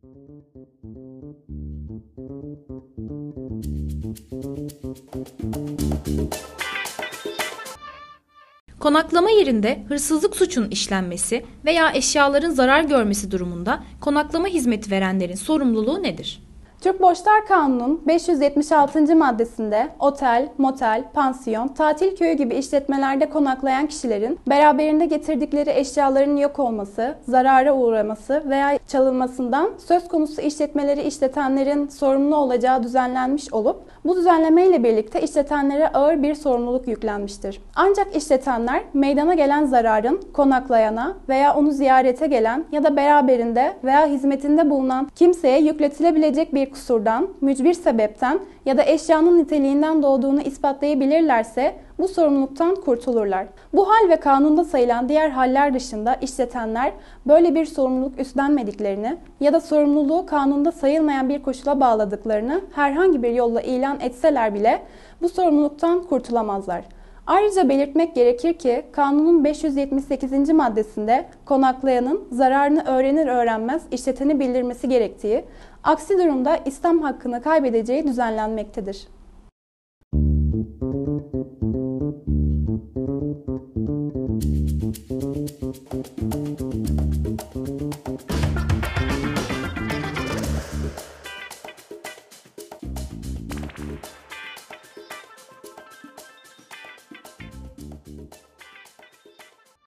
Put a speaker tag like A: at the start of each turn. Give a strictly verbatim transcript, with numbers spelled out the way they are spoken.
A: Konaklama yerinde hırsızlık suçunun işlenmesi veya eşyaların zarar görmesi durumunda konaklama hizmeti verenlerin sorumluluğu nedir?
B: Türk Borçlar Kanunu'nun beş yüz yetmiş altıncı maddesinde otel, motel, pansiyon, tatil köyü gibi işletmelerde konaklayan kişilerin beraberinde getirdikleri eşyaların yok olması, zarara uğraması veya çalınmasından söz konusu işletmeleri işletenlerin sorumlu olacağı düzenlenmiş olup bu düzenleme ile birlikte işletenlere ağır bir sorumluluk yüklenmiştir. Ancak işletenler meydana gelen zararın konaklayana veya onu ziyarete gelen ya da beraberinde veya hizmetinde bulunan kimseye yükletilebilecek bir kusurdan, mücbir sebepten ya da eşyanın niteliğinden doğduğunu ispatlayabilirlerse bu sorumluluktan kurtulurlar. Bu hal ve kanunda sayılan diğer haller dışında işletenler böyle bir sorumluluk üstlenmediklerini ya da sorumluluğu kanunda sayılmayan bir koşula bağladıklarını herhangi bir yolla ilan etseler bile bu sorumluluktan kurtulamazlar. Ayrıca belirtmek gerekir ki kanunun beş yüz yetmiş sekizinci maddesinde konaklayanın zararını öğrenir öğrenmez işleteni bildirmesi gerektiği, aksi durumda İslam hakkını kaybedeceği düzenlenmektedir.